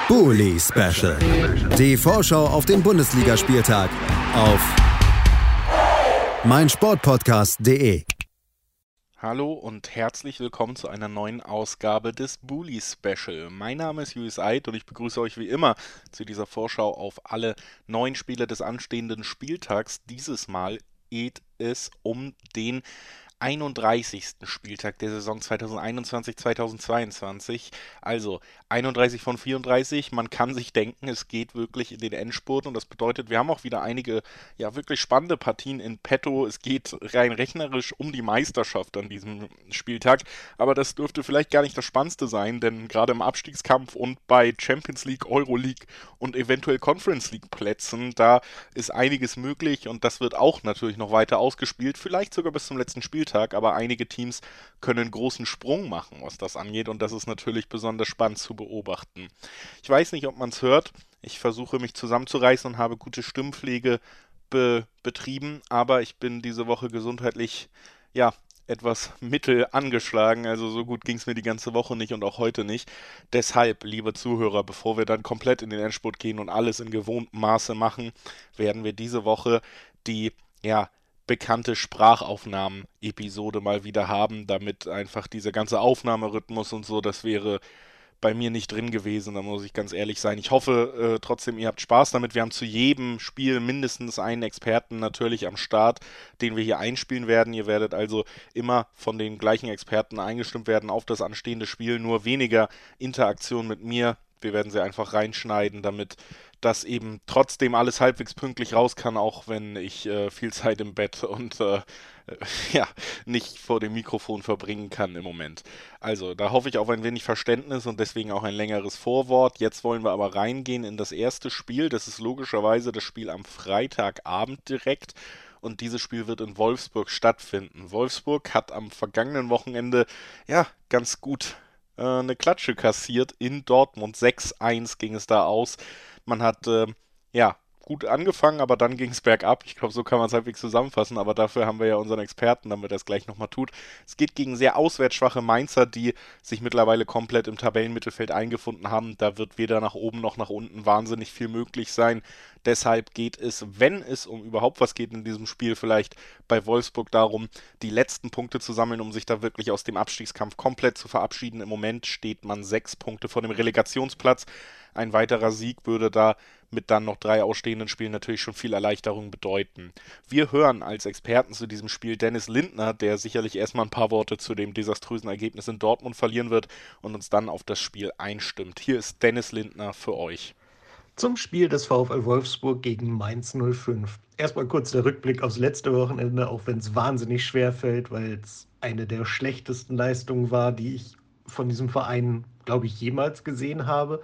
Bully Special. Die Vorschau auf den Bundesligaspieltag auf meinsportpodcast.de. Hallo und herzlich willkommen zu einer neuen Ausgabe des Bully Special. Mein Name ist Julius Eid und ich begrüße euch wie immer zu dieser Vorschau auf alle 9 Spiele des anstehenden Spieltags. Dieses Mal geht es um den 31. Spieltag der Saison 2021-2022, also 31 von 34. Man kann sich denken, es geht wirklich in den Endspurt und das bedeutet, wir haben auch wieder einige wirklich spannende Partien in petto. Es geht rein rechnerisch um die Meisterschaft an diesem Spieltag, aber das dürfte vielleicht gar nicht das Spannendste sein, denn gerade im Abstiegskampf und bei Champions League, Euroleague und eventuell Conference League Plätzen, da ist einiges möglich und das wird auch natürlich noch weiter ausgespielt, vielleicht sogar bis zum letzten Spieltag, aber einige Teams können einen großen Sprung machen, was das angeht und das ist natürlich besonders spannend zu beobachten. Ich weiß nicht, ob man es hört, ich versuche mich zusammenzureißen und habe gute Stimmpflege betrieben, aber ich bin diese Woche gesundheitlich, etwas mittel angeschlagen, also so gut ging es mir die ganze Woche nicht und auch heute nicht. Deshalb, liebe Zuhörer, bevor wir dann komplett in den Endspurt gehen und alles in gewohntem Maße machen, werden wir diese Woche die, bekannte Sprachaufnahmen-Episode mal wieder haben, damit einfach dieser ganze Aufnahmerhythmus und so, das wäre bei mir nicht drin gewesen, da muss ich ganz ehrlich sein. Ich hoffe trotzdem, ihr habt Spaß damit. Wir haben zu jedem Spiel mindestens einen Experten natürlich am Start, den wir hier einspielen werden. Ihr werdet also immer von den gleichen Experten eingestimmt werden auf das anstehende Spiel, nur weniger Interaktion mit mir. Wir werden sie einfach reinschneiden, damit das eben trotzdem alles halbwegs pünktlich raus kann, auch wenn ich viel Zeit im Bett und nicht vor dem Mikrofon verbringen kann im Moment. Also, da hoffe ich auf ein wenig Verständnis und deswegen auch ein längeres Vorwort. Jetzt wollen wir aber reingehen in das erste Spiel. Das ist logischerweise das Spiel am Freitagabend direkt. Und dieses Spiel wird in Wolfsburg stattfinden. Wolfsburg hat am vergangenen Wochenende, ganz gut eine Klatsche kassiert in Dortmund. 6-1 ging es da aus. Man hat, gut angefangen, aber dann ging es bergab. Ich glaube, so kann man es halbwegs zusammenfassen, aber dafür haben wir ja unseren Experten, damit er es gleich nochmal tut. Es geht gegen sehr auswärts schwache Mainzer, die sich mittlerweile komplett im Tabellenmittelfeld eingefunden haben. Da wird weder nach oben noch nach unten wahnsinnig viel möglich sein. Deshalb geht es, wenn es um überhaupt was geht in diesem Spiel, vielleicht bei Wolfsburg darum, die letzten Punkte zu sammeln, um sich da wirklich aus dem Abstiegskampf komplett zu verabschieden. Im Moment steht man 6 Punkte vor dem Relegationsplatz. Ein weiterer Sieg würde da mit dann noch 3 ausstehenden Spielen natürlich schon viel Erleichterung bedeuten. Wir hören als Experten zu diesem Spiel Dennis Lindner, der sicherlich erstmal ein paar Worte zu dem desaströsen Ergebnis in Dortmund verlieren wird und uns dann auf das Spiel einstimmt. Hier ist Dennis Lindner für euch. Zum Spiel des VfL Wolfsburg gegen Mainz 05. Erstmal kurz der Rückblick aufs letzte Wochenende, auch wenn es wahnsinnig schwer fällt, weil es eine der schlechtesten Leistungen war, die ich von diesem Verein, glaube ich, jemals gesehen habe.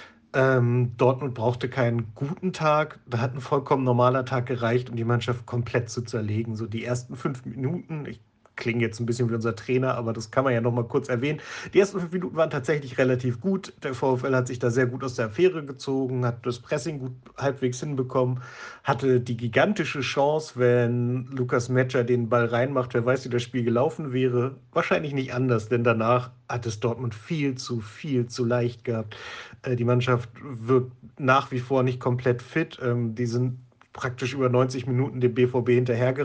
Dortmund brauchte keinen guten Tag, da hat ein vollkommen normaler Tag gereicht, um die Mannschaft komplett zu zerlegen. So die ersten 5 Minuten, ich klinge jetzt ein bisschen wie unser Trainer, aber das kann man ja noch mal kurz erwähnen. Die ersten 5 Minuten waren tatsächlich relativ gut. Der VfL hat sich da sehr gut aus der Affäre gezogen, hat das Pressing gut halbwegs hinbekommen, hatte die gigantische Chance, wenn Lukas Metscher den Ball reinmacht, wer weiß, wie das Spiel gelaufen wäre. Wahrscheinlich nicht anders, denn danach hat es Dortmund viel zu leicht gehabt. Die Mannschaft wirkt nach wie vor nicht komplett fit. Die sind praktisch über 90 Minuten dem BVB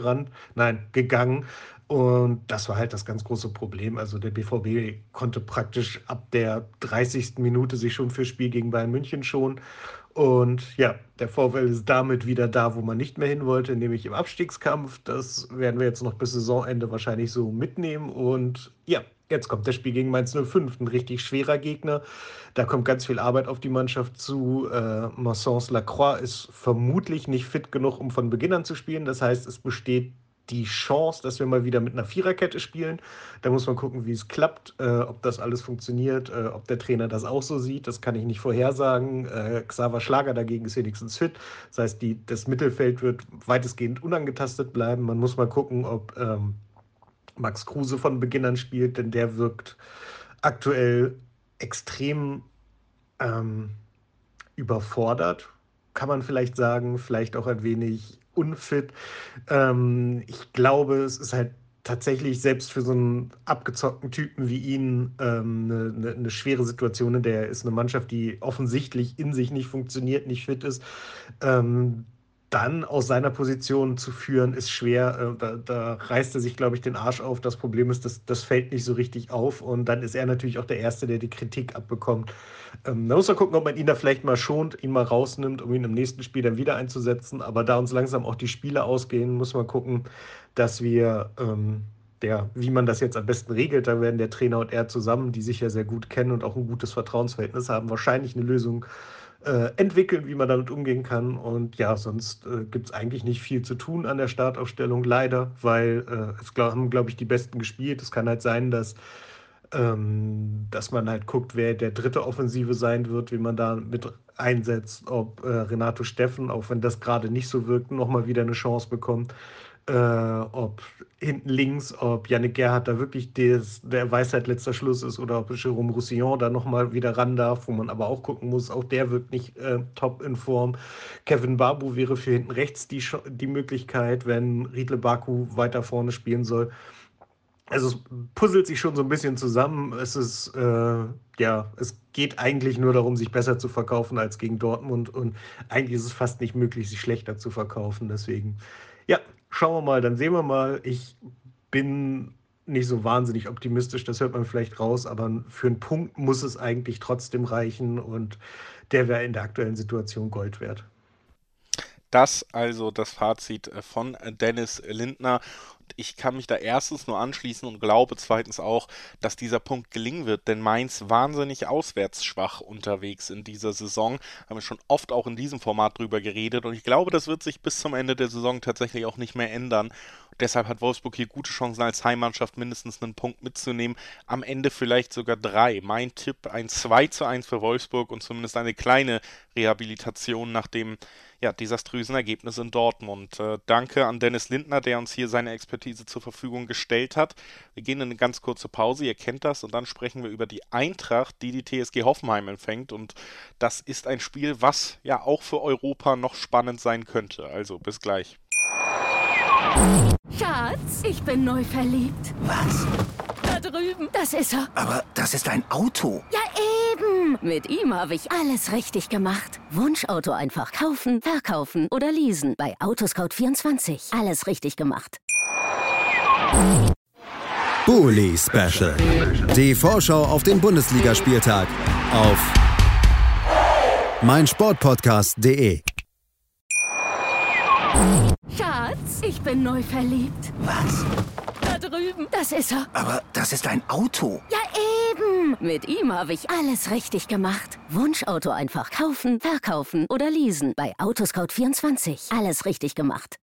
gegangen. Und das war halt das ganz große Problem. Also der BVB konnte praktisch ab der 30. Minute sich schon fürs Spiel gegen Bayern München schonen. Und ja, der VfL ist damit wieder da, wo man nicht mehr hin wollte, nämlich im Abstiegskampf. Das werden wir jetzt noch bis Saisonende wahrscheinlich so mitnehmen. Und ja, jetzt kommt das Spiel gegen Mainz 05, ein richtig schwerer Gegner. Da kommt ganz viel Arbeit auf die Mannschaft zu. Maxence Lacroix ist vermutlich nicht fit genug, um von Beginn an zu spielen. Das heißt, es besteht die Chance, dass wir mal wieder mit einer Viererkette spielen. Da muss man gucken, wie es klappt, ob das alles funktioniert, ob der Trainer das auch so sieht. Das kann ich nicht vorhersagen. Xaver Schlager dagegen ist wenigstens fit. Das heißt, das Mittelfeld wird weitestgehend unangetastet bleiben. Man muss mal gucken, ob Max Kruse von Beginn an spielt, denn der wirkt aktuell extrem überfordert, kann man vielleicht sagen, vielleicht auch ein wenig unfit. Ich glaube, es ist halt tatsächlich selbst für so einen abgezockten Typen wie ihn eine schwere Situation, in der er ist. Eine Mannschaft, die offensichtlich in sich nicht funktioniert, nicht fit ist. Dann aus seiner Position zu führen, ist schwer. Da reißt er sich, glaube ich, den Arsch auf. Das Problem ist, das fällt nicht so richtig auf. Und dann ist er natürlich auch der Erste, der die Kritik abbekommt. Da muss man gucken, ob man ihn da vielleicht mal schont, ihn mal rausnimmt, um ihn im nächsten Spiel dann wieder einzusetzen. Aber da uns langsam auch die Spiele ausgehen, muss man gucken, dass wir, wie man das jetzt am besten regelt, da werden der Trainer und er zusammen, die sich ja sehr gut kennen und auch ein gutes Vertrauensverhältnis haben, wahrscheinlich eine Lösung entwickeln, wie man damit umgehen kann. Und ja, sonst gibt es eigentlich nicht viel zu tun an der Startaufstellung, leider, weil haben, glaube ich, die Besten gespielt. Es kann halt sein, dass man halt guckt, wer der dritte Offensive sein wird, wie man da mit einsetzt, ob Renato Steffen, auch wenn das gerade nicht so wirkt, nochmal wieder eine Chance bekommt. Ob hinten links, ob Yannick Gerhardt da wirklich der Weisheit letzter Schluss ist oder ob Jérôme Roussillon da nochmal wieder ran darf, wo man aber auch gucken muss, auch der wirkt nicht top in Form. Kevin Babu wäre für hinten rechts die Möglichkeit, wenn Riedle Baku weiter vorne spielen soll. Also es puzzelt sich schon so ein bisschen zusammen. Es geht eigentlich nur darum, sich besser zu verkaufen als gegen Dortmund und eigentlich ist es fast nicht möglich, sich schlechter zu verkaufen. Deswegen, ja, schauen wir mal, dann sehen wir mal. Ich bin nicht so wahnsinnig optimistisch, das hört man vielleicht raus, aber für einen Punkt muss es eigentlich trotzdem reichen und der wäre in der aktuellen Situation Gold wert. Das also das Fazit von Dennis Lindner. Ich kann mich da erstens nur anschließen und glaube zweitens auch, dass dieser Punkt gelingen wird, denn Mainz wahnsinnig auswärts schwach unterwegs in dieser Saison. Haben wir schon oft auch in diesem Format drüber geredet und ich glaube, das wird sich bis zum Ende der Saison tatsächlich auch nicht mehr ändern. Deshalb hat Wolfsburg hier gute Chancen als Heimmannschaft mindestens einen Punkt mitzunehmen, am Ende vielleicht sogar 3. Mein Tipp, ein 2:1 für Wolfsburg und zumindest eine kleine Rehabilitation nach dem desaströsen Ergebnis in Dortmund. Danke an Dennis Lindner, der uns hier seine Expertise zur Verfügung gestellt hat. Wir gehen in eine ganz kurze Pause, ihr kennt das, und dann sprechen wir über die Eintracht, die TSG Hoffenheim empfängt und das ist ein Spiel, was ja auch für Europa noch spannend sein könnte. Also bis gleich. Schatz, ich bin neu verliebt. Was? Da drüben. Das ist er. Aber das ist ein Auto. Ja, eben. Mit ihm habe ich alles richtig gemacht. Wunschauto einfach kaufen, verkaufen oder leasen. Bei Autoscout24. Alles richtig gemacht. Bully Special. Die Vorschau auf den Bundesligaspieltag auf meinsportpodcast.de. Schatz, ich bin neu verliebt. Was? Da drüben. Das ist er. Aber das ist ein Auto. Ja, eben. Mit ihm habe ich alles richtig gemacht. Wunschauto einfach kaufen, verkaufen oder leasen. Bei Autoscout24. Alles richtig gemacht.